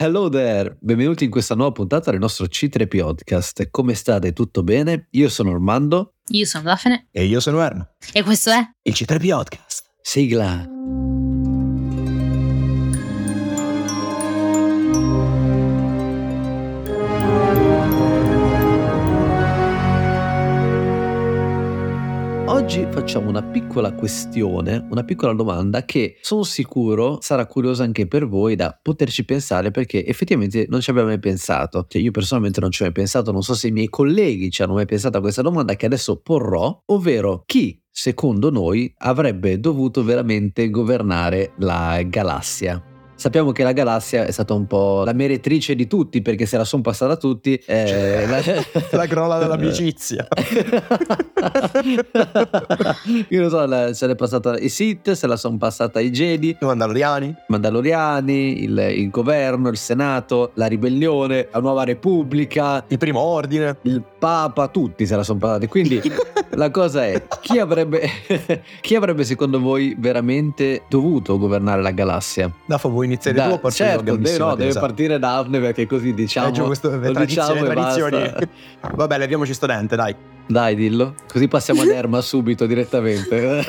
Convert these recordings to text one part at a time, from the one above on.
Hello there, benvenuti in questa nuova puntata del nostro C3 Podcast. Come state? Tutto bene? Io sono Armando. Io sono Daphne. E io sono Erno. E questo è il C3 Podcast. Sigla. Oggi facciamo una piccola questione, una piccola domanda che sono sicuro sarà curiosa anche per voi da poterci pensare, perché effettivamente non ci abbiamo mai pensato. Cioè, io personalmente non ci ho mai pensato, non so se i miei colleghi ci hanno mai pensato a questa domanda che adesso porrò, ovvero chi secondo noi avrebbe dovuto veramente governare la galassia? Sappiamo che la galassia è stata un po' la meretrice di tutti, perché se la sono passata tutti. La crolla dell'amicizia. Io non so, se l'è passata i Sith, se la sono passata i Jedi, I Mandaloriani, il governo, il Senato, la ribellione, la nuova Repubblica, il primo ordine, il Papa, tutti se la sono passati. Quindi la cosa è, chi avrebbe secondo voi veramente dovuto governare la galassia? Daffo, vuoi iniziare tu o partire? Certo, deve partire Daphne, perché così diciamo questo è tradizioni. Vabbè, leviamoci sto dente, dai. Dai, dillo, così passiamo ad Erma subito, direttamente.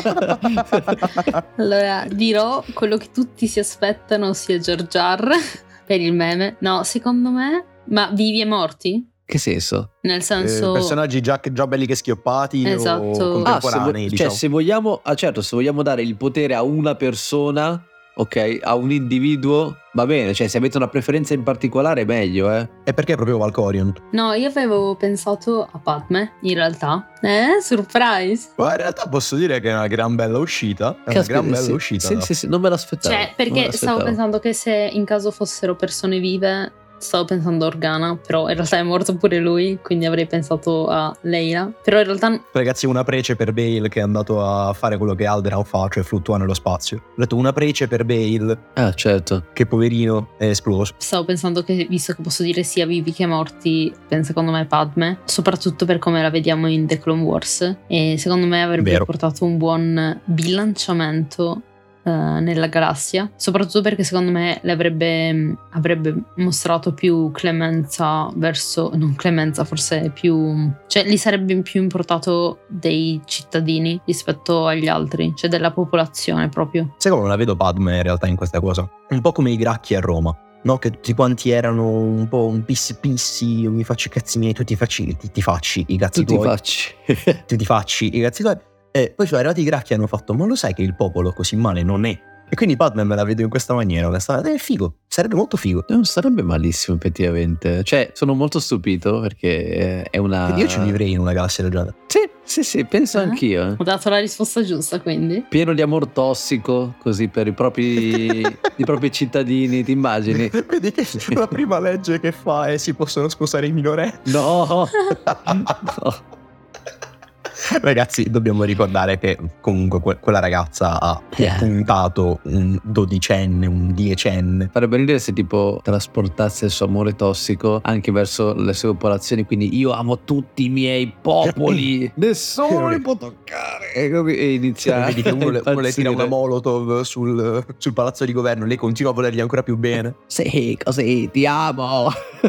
Allora, dirò quello che tutti si aspettano sia Jar Jar per il meme. No, secondo me, ma vivi e morti? Che senso? Nel senso personaggi già belli che schioppati. Esatto. O contemporanei, diciamo. Cioè, se vogliamo, se vogliamo dare il potere a una persona, ok, a un individuo, va bene, cioè se avete una preferenza in particolare è meglio, E perché proprio Valkorion? No, io avevo pensato a Padme, in realtà. Surprise! Ma in realtà posso dire che è una gran bella uscita. Sì, non me l'aspettavo. Cioè, perché stavo pensando che se in caso fossero persone vive, stavo pensando a Organa, però in realtà è morto pure lui, quindi avrei pensato a Leila. Però in realtà ragazzi, una prece per Bale che è andato a fare quello che Alderaan fa, cioè fluttua nello spazio. Ho detto una prece per Bale. Ah, certo. Che poverino è esploso. Stavo pensando che, visto che posso dire sia vivi che morti, secondo me Padme, soprattutto per come la vediamo in The Clone Wars, e secondo me avrebbe portato un buon bilanciamento nella galassia, soprattutto perché secondo me le avrebbe mostrato più clemenza non clemenza, forse più, cioè gli sarebbe più importato dei cittadini rispetto agli altri, cioè della popolazione proprio. Sai come la vedo Padme in realtà in questa cosa? Un po' come i Gracchi a Roma, no? Che tutti quanti erano un po' un pissi, io mi faccio i cazzi miei, tu ti facci i cazzi tuoi. Tu ti facci i cazzi tuoi. E poi sono arrivati i Gracchi e hanno fatto: ma lo sai che il popolo così male non è? E quindi Padme me la vedo in questa maniera. È figo, sarebbe molto figo. Non sarebbe malissimo effettivamente. Cioè, sono molto stupito perché è una... Quindi io ci vivrei in una galassia del genere. Sì, penso anch'io. Ho dato la risposta giusta, quindi. Pieno di amor tossico, così per i propri cittadini, ti immagini? Vedi che la prima legge che fa è: si possono sposare i minorenni. No. Ragazzi, dobbiamo ricordare che comunque quella ragazza ha puntato un 12enne, un 10enne. Farebbe ridere se tipo trasportasse il suo amore tossico anche verso le sue popolazioni, quindi io amo tutti i miei popoli, nessuno li può toccare, e inizia. Vedi che uno le tira una molotov sul palazzo di governo, lei continua a volergli ancora più bene. Sì, così, ti amo.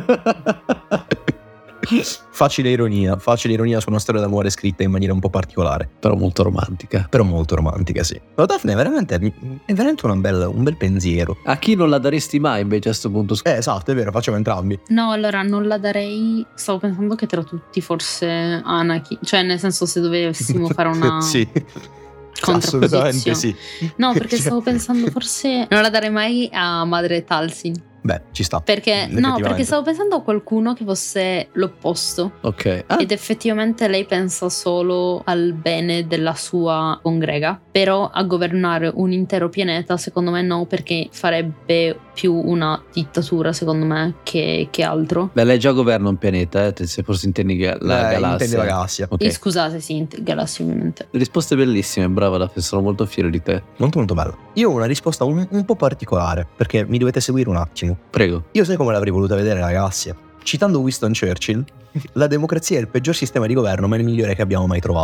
Facile ironia su una storia d'amore scritta in maniera un po' particolare, però molto romantica, sì. Ma Daphne è veramente un bel pensiero. A chi non la daresti mai invece a sto punto? Esatto, è vero, facciamo entrambi. No, allora non la darei. Stavo pensando che tra tutti forse Anakin, cioè nel senso, se dovessimo fare una sì, assolutamente sì. No, perché stavo pensando forse non la darei mai a Madre Talsin. Beh, ci sta. Perché stavo pensando a qualcuno che fosse l'opposto. Ok. Ed effettivamente lei pensa solo al bene della sua congrega. Però a governare un intero pianeta, secondo me no, perché farebbe più una dittatura, secondo me, che altro. Beh, lei già governa un pianeta, se forse intendi la galassia. Intendi la galassia. Okay. Scusate, sì, galassia ovviamente. Risposte bellissime, brava Daphne, sono molto fiero di te. Molto molto bella. Io ho una risposta un po' particolare, perché mi dovete seguire un attimo. Prego. Io sai come l'avrei voluta vedere la galassia? Citando Winston Churchill, la democrazia è il peggior sistema di governo ma il migliore che abbiamo mai trovato.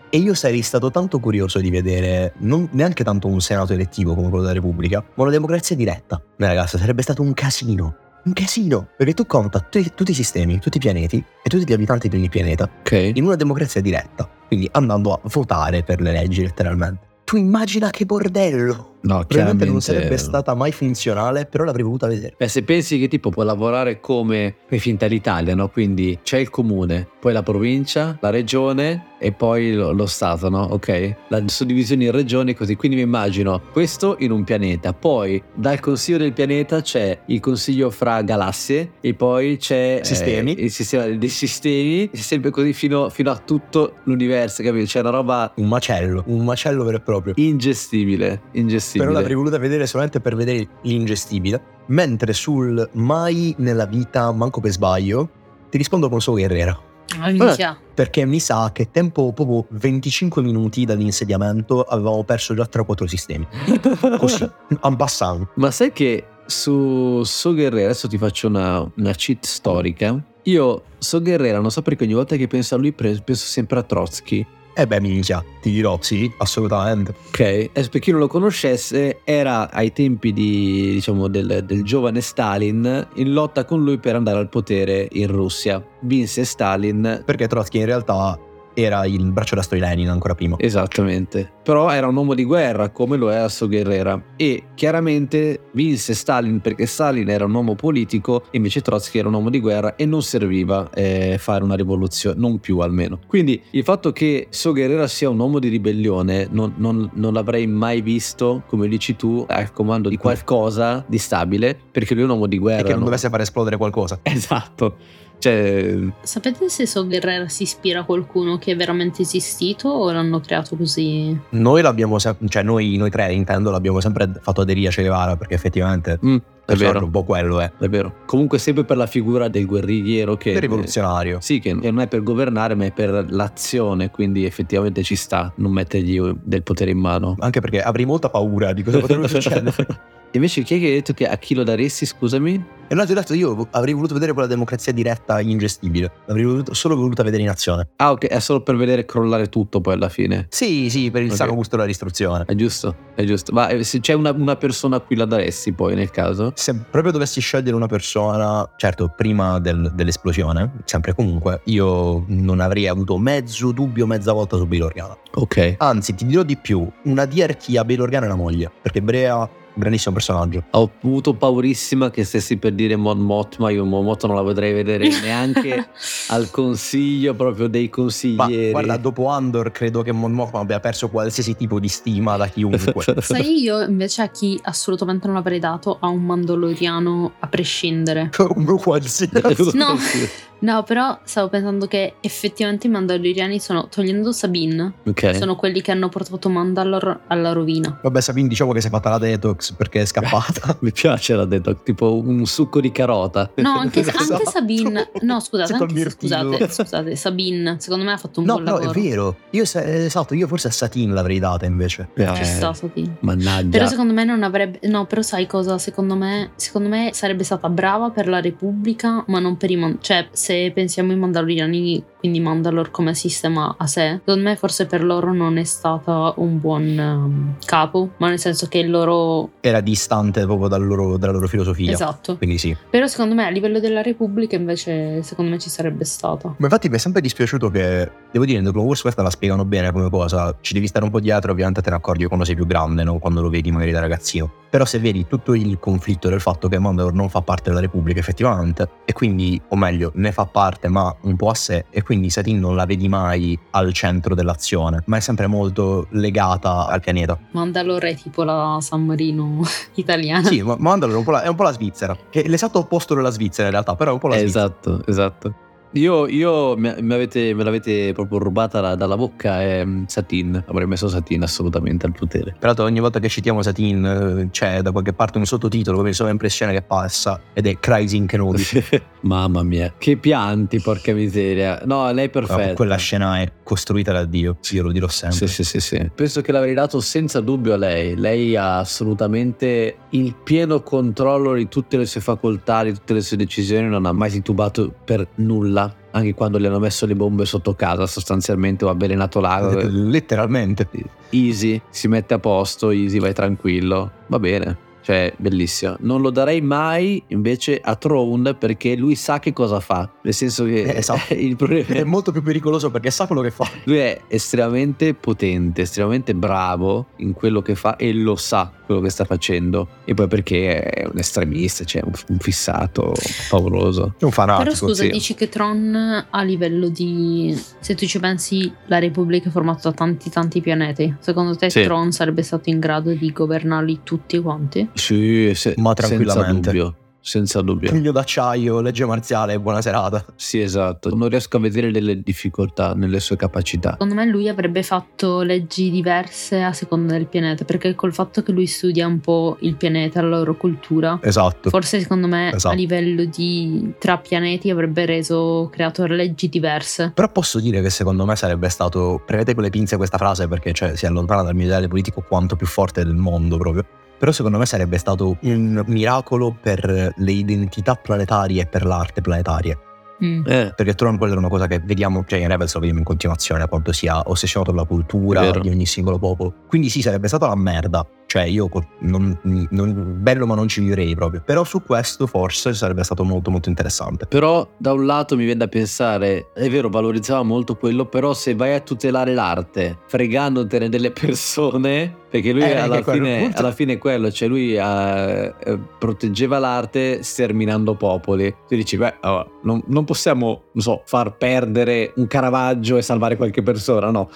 E io sarei stato tanto curioso di vedere, non neanche tanto un senato elettivo come quello della Repubblica, ma una democrazia diretta. Ragazzi, sarebbe stato un casino. Un casino, perché tu conta tutti i sistemi, tutti i pianeti e tutti gli abitanti di ogni pianeta in una democrazia diretta, quindi andando a votare per le leggi letteralmente. Tu immagina che bordello. No, probabilmente non sarebbe stata mai funzionale, però l'avrei voluta vedere. Se pensi che tipo puoi lavorare come finta l'Italia, no? Quindi c'è il comune, poi la provincia, la regione e poi lo Stato, no? Ok? La suddivisione in regioni così. Quindi mi immagino questo in un pianeta, poi dal consiglio del pianeta c'è il consiglio fra galassie e poi c'è il sistema dei sistemi, sempre così fino a tutto l'universo, capito? C'è una roba, un macello vero e proprio, ingestibile. Però l'avrei voluta vedere solamente per vedere l'ingestibile. Mentre sul mai nella vita, manco per sbaglio, ti rispondo con So Guerrera. Perché mi sa che tempo proprio 25 minuti dall'insediamento avevamo perso già 3-4 sistemi. Così, en passant. Ma sai che su So Guerrera, adesso ti faccio una cheat storica. Io So Guerrera, non so perché ogni volta che penso a lui penso sempre a Trotsky. Minchia, ti dirò, sì, assolutamente. Ok, e per chi non lo conoscesse, era ai tempi del giovane Stalin in lotta con lui per andare al potere in Russia. Vinse Stalin. Perché Trotsky in realtà era il braccio destro di Lenin ancora prima. Esattamente. Però era un uomo di guerra come lo è So Guerrera, e chiaramente vinse Stalin perché Stalin era un uomo politico e invece Trotsky era un uomo di guerra e non serviva fare una rivoluzione, non più almeno. Quindi il fatto che So Guerrera sia un uomo di ribellione non l'avrei mai visto, come dici tu, al comando di qualcosa di stabile, perché lui è un uomo di guerra e che non dovesse fare esplodere qualcosa. Esatto. Cioè, sapete se So Guerrera si ispira a qualcuno che è veramente esistito o l'hanno creato così? Noi l'abbiamo noi tre intendo l'abbiamo sempre fatto aderire a Che Guevara, perché effettivamente è vero, un po' quello è vero. Comunque sempre per la figura del guerrigliero che del rivoluzionario. Sì, che non è per governare ma è per l'azione, quindi effettivamente ci sta non mettergli del potere in mano, anche perché avrei molta paura di cosa potrebbe succedere. Invece chi è che hai detto che a chi lo daresti, scusami? E no, ti ho detto, io avrei voluto vedere quella democrazia diretta ingestibile. L'avrei solo voluta vedere in azione. Ah, ok, è solo per vedere crollare tutto poi alla fine. Sì, per il sano gusto della distruzione. È giusto. Ma se c'è una persona a cui la daresti poi nel caso? Se proprio dovessi scegliere una persona, certo, prima dell'esplosione, sempre comunque, io non avrei avuto mezzo dubbio, mezza volta su Bail Organa. Ok. Anzi, ti dirò di più, una DRT a Bail Organa è la moglie, perché Brea, grandissimo personaggio. Ho avuto paurissima che stessi per dire Mon Mothma, ma io Mon Mothma non la potrei vedere neanche al consiglio proprio dei consiglieri. Ma guarda, dopo Andor credo che Mon Mothma abbia perso qualsiasi tipo di stima da chiunque. Sai, io invece a chi assolutamente non l'avrei dato, a un mandaloriano a prescindere. Uno qualsiasi. No, però stavo pensando che effettivamente i mandaloriani sono, togliendo Sabine, sono quelli che hanno portato Mandalore alla rovina. Vabbè, Sabine diciamo che si è fatta la detox perché è scappata. Mi piace la detox, tipo un succo di carota. No, anche Sabine. No, scusate, Sabine secondo me ha fatto un buon lavoro. No, è vero. Io forse a Satine l'avrei data invece. Ci sta Satine. Mannaggia. Però secondo me non avrebbe. No, però sai cosa? Secondo me sarebbe stata brava per la Repubblica, ma non per i cioè, se pensiamo ai Mandaloriani, quindi Mandalore come sistema a sé, secondo me forse per loro non è stata un buon capo, ma nel senso che loro era distante proprio dalla loro filosofia. Esatto. Quindi sì. Però secondo me a livello della Repubblica invece secondo me ci sarebbe stata. Ma infatti mi è sempre dispiaciuto che, devo dire, in The Clone Wars questa la spiegano bene come cosa, ci devi stare un po' dietro, ovviamente te ne accorgi quando sei più grande, no? Quando lo vedi magari da ragazzino. Però se vedi tutto il conflitto del fatto che Mandalore non fa parte della Repubblica effettivamente, e quindi, o meglio, ne fa parte ma un po' a sé, e quindi Satine non la vedi mai al centro dell'azione, ma è sempre molto legata al pianeta. Mandalore è tipo la San Marino italiana. Sì, ma Mandalore è un po' la Svizzera, che è l'esatto opposto della Svizzera in realtà, però è un po' la Svizzera. Esatto. Io me l'avete proprio rubata dalla bocca, Satine. Avrei messo Satine assolutamente al potere. Peraltro ogni volta che citiamo Satine c'è da qualche parte un sottotitolo come sovraimpressione che passa ed è Crazy in Kenobi. Mamma mia, che pianti, porca miseria. No, lei è perfetta. Quella scena è costruita da Dio, io lo dirò sempre. Sì. Penso che l'avrei dato senza dubbio a lei. Lei ha assolutamente il pieno controllo di tutte le sue facoltà, di tutte le sue decisioni, non ha mai titubato per nulla. Anche quando le hanno messo le bombe sotto casa, sostanzialmente, o avvelenato l'ago. Letteralmente. Easy, si mette a posto, easy, vai tranquillo. Va bene. Cioè, bellissimo. Non lo darei mai invece a Thrawn, perché lui sa che cosa fa. Nel senso che esatto. Il problema è molto più pericoloso perché sa quello che fa. Lui è estremamente potente, estremamente bravo in quello che fa e lo sa quello che sta facendo. E poi perché è un estremista, cioè un fissato pauroso. Un fanatico. Però scusa, sì. Dici che Thrawn a livello di... Se tu ci pensi, la Repubblica è formata da tanti pianeti. Secondo te sì. Thrawn sarebbe stato in grado di governarli tutti quanti? Sì, ma tranquillamente. Senza dubbio. Figlio d'acciaio, legge marziale, buona serata. Sì, esatto. Non riesco a vedere delle difficoltà nelle sue capacità. Secondo me lui avrebbe fatto leggi diverse a seconda del pianeta, perché col fatto che lui studia un po' il pianeta, la loro cultura. Esatto. Forse secondo me a livello di tra pianeti avrebbe creato leggi diverse. Però posso dire che secondo me sarebbe stato, prendete con le pinze questa frase perché cioè si allontana dal mio ideale politico quanto più forte del mondo proprio. Però secondo me sarebbe stato un miracolo per le identità planetarie e per l'arte planetaria. Perché Thrawn quella era una cosa che vediamo, cioè in Rebels lo vediamo in continuazione, quanto sia ossessionato dalla cultura di ogni singolo popolo. Quindi sì, sarebbe stata una merda. Cioè io bello ma non ci vivrei proprio. Però su questo forse sarebbe stato molto molto interessante. Però da un lato mi viene da pensare, è vero, valorizzava molto quello, però se vai a tutelare l'arte fregandotene delle persone, perché lui alla fine è quello, cioè lui proteggeva l'arte sterminando popoli. Tu dici, non possiamo, non so, far perdere un Caravaggio e salvare qualche persona, no.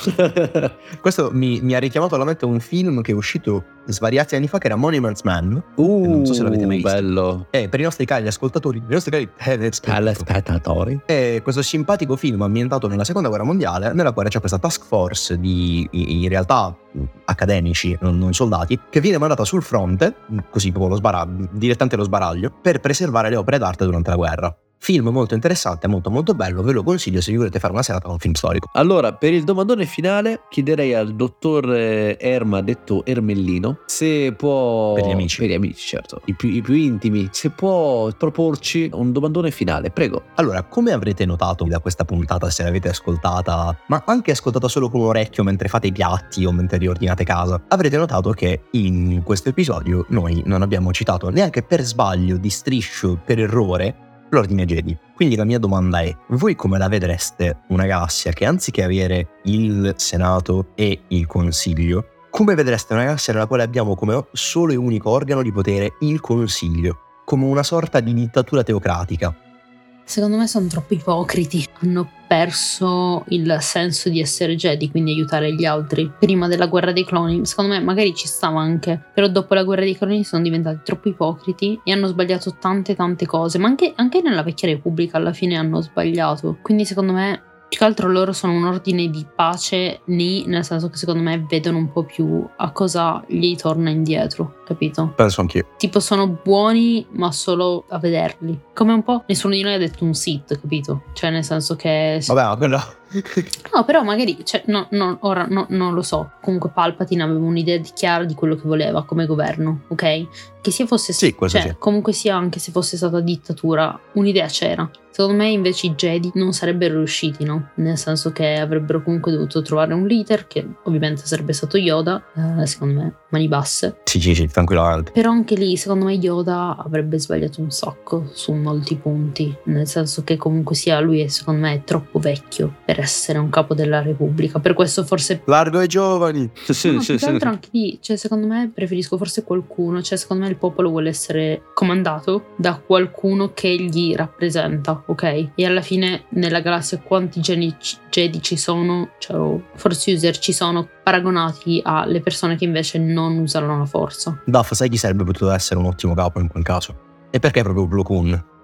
Questo mi ha richiamato alla mente un film che è uscito svariati anni fa che era Monuments Man. Non so se l'avete mai visto. Bello. Per i nostri cari ascoltatori, per i nostri cari telespettatori, è questo simpatico film ambientato nella seconda guerra mondiale, nella quale c'è questa task force di in realtà accademici, non soldati, che viene mandata sul fronte, così proprio direttamente lo sbaraglio, per preservare le opere d'arte durante la guerra. Film molto interessante, molto molto bello, ve lo consiglio se vi volete fare una serata con un film storico. Allora, per il domandone finale chiederei al dottor Erma, detto Ermellino, se può, per gli amici certo, i più intimi, se può proporci un domandone finale, prego. Allora, come avrete notato da questa puntata, se l'avete ascoltata, ma anche ascoltata solo con un orecchio mentre fate i piatti o mentre riordinate casa, avrete notato che in questo episodio noi non abbiamo citato neanche per sbaglio, di striscio, per errore, l'ordine Jedi. Quindi la mia domanda è: voi come la vedreste una galassia che anziché avere il Senato e il Consiglio, come vedreste una galassia nella quale abbiamo come solo e unico organo di potere il Consiglio, come una sorta di dittatura teocratica? Secondo me sono troppo ipocriti, hanno perso il senso di essere Jedi, quindi aiutare gli altri. Prima della guerra dei cloni, secondo me magari ci stava anche, però dopo la guerra dei cloni sono diventati troppo ipocriti e hanno sbagliato tante cose, ma anche nella vecchia Repubblica alla fine hanno sbagliato, quindi secondo me più che altro loro sono un ordine di pace nel senso che secondo me vedono un po' più a cosa gli torna indietro, capito? Penso anch'io. Tipo sono buoni ma solo a vederli, come un po' nessuno di noi ha detto un Sith, capito? Cioè nel senso che vabbè, ma quello no, però magari cioè, ora non lo so. Comunque Palpatine aveva un'idea chiara di quello che voleva come governo, ok? Che sia fosse sì, questo sì. Comunque sia, anche se fosse stata dittatura, un'idea c'era. Secondo me invece i Jedi non sarebbero riusciti, no? Nel senso che avrebbero comunque dovuto trovare un leader, che ovviamente sarebbe stato Yoda, secondo me, mani basse. Sì, tranquillamente. Però anche lì, secondo me Yoda avrebbe sbagliato un sacco su molti punti, nel senso che comunque sia lui secondo me è troppo vecchio per essere un capo della Repubblica, per questo forse largo ai giovani. Più che altro anche lì, cioè secondo me preferisco forse qualcuno, cioè secondo me il popolo vuole essere comandato da qualcuno che gli rappresenta, ok? E alla fine nella galassia quanti Jedi ci sono, cioè Force user ci sono, paragonati alle persone che invece non usano la forza. Duff, sai chi sarebbe potuto essere un ottimo capo in quel caso? E perché proprio Plo Koon?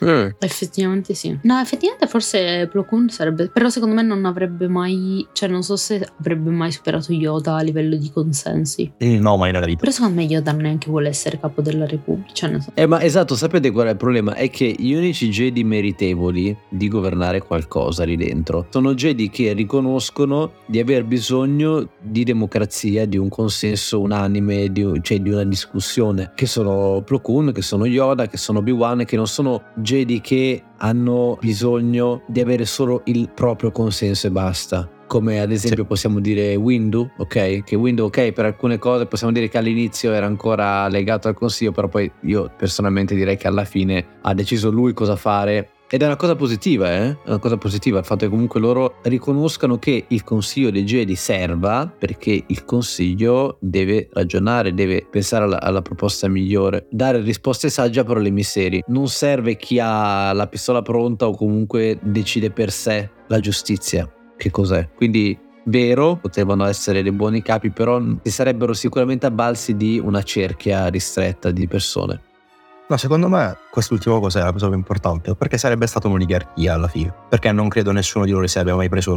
Effettivamente sì. No, effettivamente forse Plo Koon sarebbe, però secondo me non avrebbe mai, cioè non so se avrebbe mai superato Yoda a livello di consensi. No, mai nella vita. Però secondo me Yoda neanche vuole essere capo della Repubblica, cioè non so. Ma esatto, sapete qual è il problema? È che gli unici Jedi meritevoli di governare qualcosa lì dentro sono Jedi che riconoscono di aver bisogno di democrazia, di un consenso unanime, cioè di una discussione, che sono Plo Koon, che sono Yoda, che sono Obi-Wan, che non sono Jedi che hanno bisogno di avere solo il proprio consenso e basta. Come ad esempio possiamo dire Windu, ok? Che Windu, ok, per alcune cose possiamo dire che all'inizio era ancora legato al consiglio, però poi io personalmente direi che alla fine ha deciso lui cosa fare. Ed è una cosa positiva, È una cosa positiva il fatto che comunque loro riconoscano che il consiglio dei Jedi serva, perché il consiglio deve ragionare, deve pensare alla proposta migliore, dare risposte sagge a problemi seri. Non serve chi ha la pistola pronta o comunque decide per sé la giustizia. Che cos'è? Quindi vero, potevano essere dei buoni capi, però si sarebbero sicuramente avvalsi di una cerchia ristretta di persone. No, secondo me quest'ultima cosa è la cosa più importante, perché sarebbe stata un'oligarchia alla fine, perché non credo nessuno di loro si abbia mai preso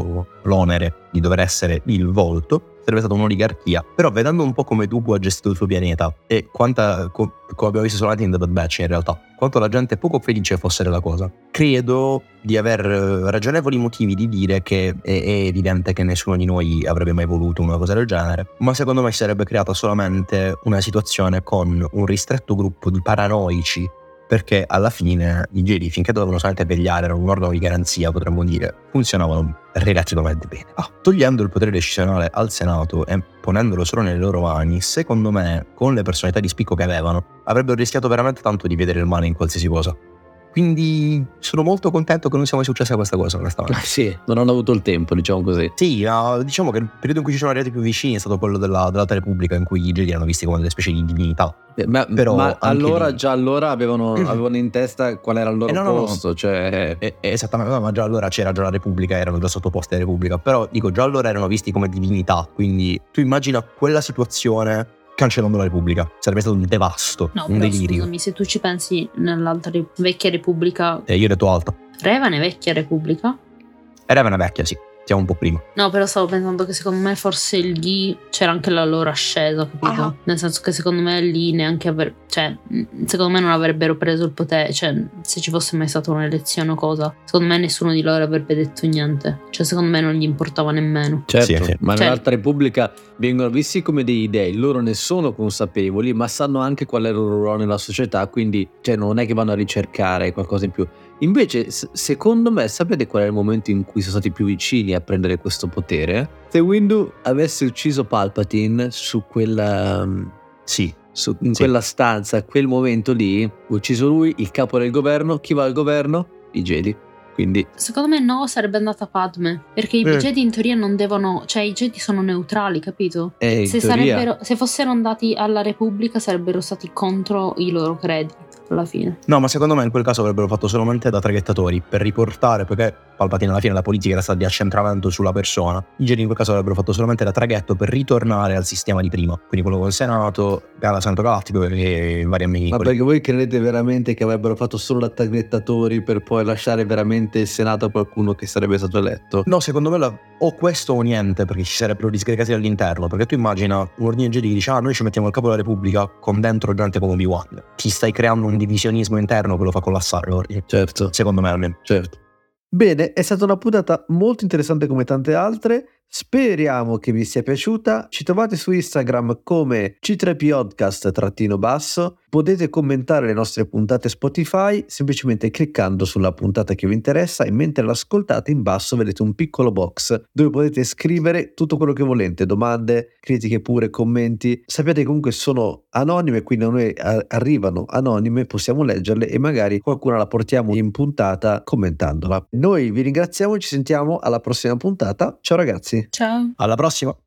l'onere di dover essere il volto. Sarebbe stata un'oligarchia, però vedendo un po' come Dooku ha gestito il suo pianeta e come abbiamo visto solamente in The Bad Batch in realtà, quanto la gente è poco felice fosse della cosa, credo di aver ragionevoli motivi di dire che è evidente che nessuno di noi avrebbe mai voluto una cosa del genere, ma secondo me si sarebbe creata solamente una situazione con un ristretto gruppo di paranoici, perché alla fine i Jedi, finché dovevano solamente vegliare, erano un organo di garanzia, potremmo dire, funzionavano relativamente bene. Togliendo il potere decisionale al Senato e ponendolo solo nelle loro mani, secondo me, con le personalità di spicco che avevano, avrebbero rischiato veramente tanto di vedere il male in qualsiasi cosa. Quindi sono molto contento che non sia mai successa questa cosa, onestamente. Sì, non hanno avuto il tempo, diciamo così. Sì, diciamo che il periodo in cui ci sono arrivati più vicini è stato quello dell'Alta Repubblica, in cui i Jedi erano visti come delle specie di divinità. Ma allora, già allora avevano in testa qual era il loro posto. Cioè... Esattamente, ma già allora c'era già la Repubblica, erano già sottoposti alla Repubblica. Però dico, già allora erano visti come divinità. Quindi tu immagina quella situazione cancellando la Repubblica. Sarebbe stato un devasto, un delirio. Scusami, se tu ci pensi nell'altra vecchia Repubblica... Io ho detto alta. Revan è vecchia Repubblica? Revan è vecchia, sì. Siamo un po' prima. No, però stavo pensando che secondo me forse lì c'era anche la loro ascesa, capito? Nel senso che secondo me lì neanche cioè, secondo me non avrebbero preso il potere, cioè, se ci fosse mai stata un'elezione o cosa, secondo me nessuno di loro avrebbe detto niente. Cioè, secondo me non gli importava nemmeno. Certo, sì. Ma nell'Alta Repubblica vengono visti come dei dei, loro ne sono consapevoli, ma sanno anche qual è il loro ruolo nella società, quindi cioè, non è che vanno a ricercare qualcosa in più. Invece, secondo me, sapete qual è il momento in cui sono stati più vicini a prendere questo potere? Se Windu avesse ucciso Palpatine su quella... quella stanza, a quel momento lì, ucciso lui, il capo del governo, chi va al governo? I Jedi. Quindi... Secondo me no, sarebbe andata Padme, perché i Jedi in teoria non devono, cioè i Jedi sono neutrali, capito? Se fossero andati alla Repubblica sarebbero stati contro i loro credi alla fine. No, ma secondo me in quel caso avrebbero fatto solamente da traghettatori per riportare, perché Palpatine alla fine la politica era stata di accentramento sulla persona. I Jedi in quel caso avrebbero fatto solamente da traghetto per ritornare al sistema di prima, quindi quello col Senato, Senato Galattico e vari amici. Ma perché voi credete veramente che avrebbero fatto solo da traghettatori per poi lasciare veramente il Senato a qualcuno che sarebbe stato eletto? No, secondo me o questo o niente, perché ci sarebbero disgregati all'interno, perché tu immagina un ordine Jedi che dice noi ci mettiamo il capo della Repubblica con dentro gente come Obi-Wan, ti stai creando un divisionismo interno che lo fa collassare l'ordine. Certo. Secondo me almeno. Certo. Bene, è stata una puntata molto interessante come tante altre. Speriamo che vi sia piaciuta. Ci trovate su Instagram come C3Podcast_basso. Potete commentare le nostre puntate Spotify semplicemente cliccando sulla puntata che vi interessa e mentre l'ascoltate in basso vedete un piccolo box dove potete scrivere tutto quello che volete, domande, critiche pure, commenti. Sappiate che comunque sono anonime, quindi a noi arrivano anonime, possiamo leggerle e magari qualcuna la portiamo in puntata commentandola. Noi vi ringraziamo e ci sentiamo alla prossima puntata. Ciao ragazzi. Ciao. Alla prossima.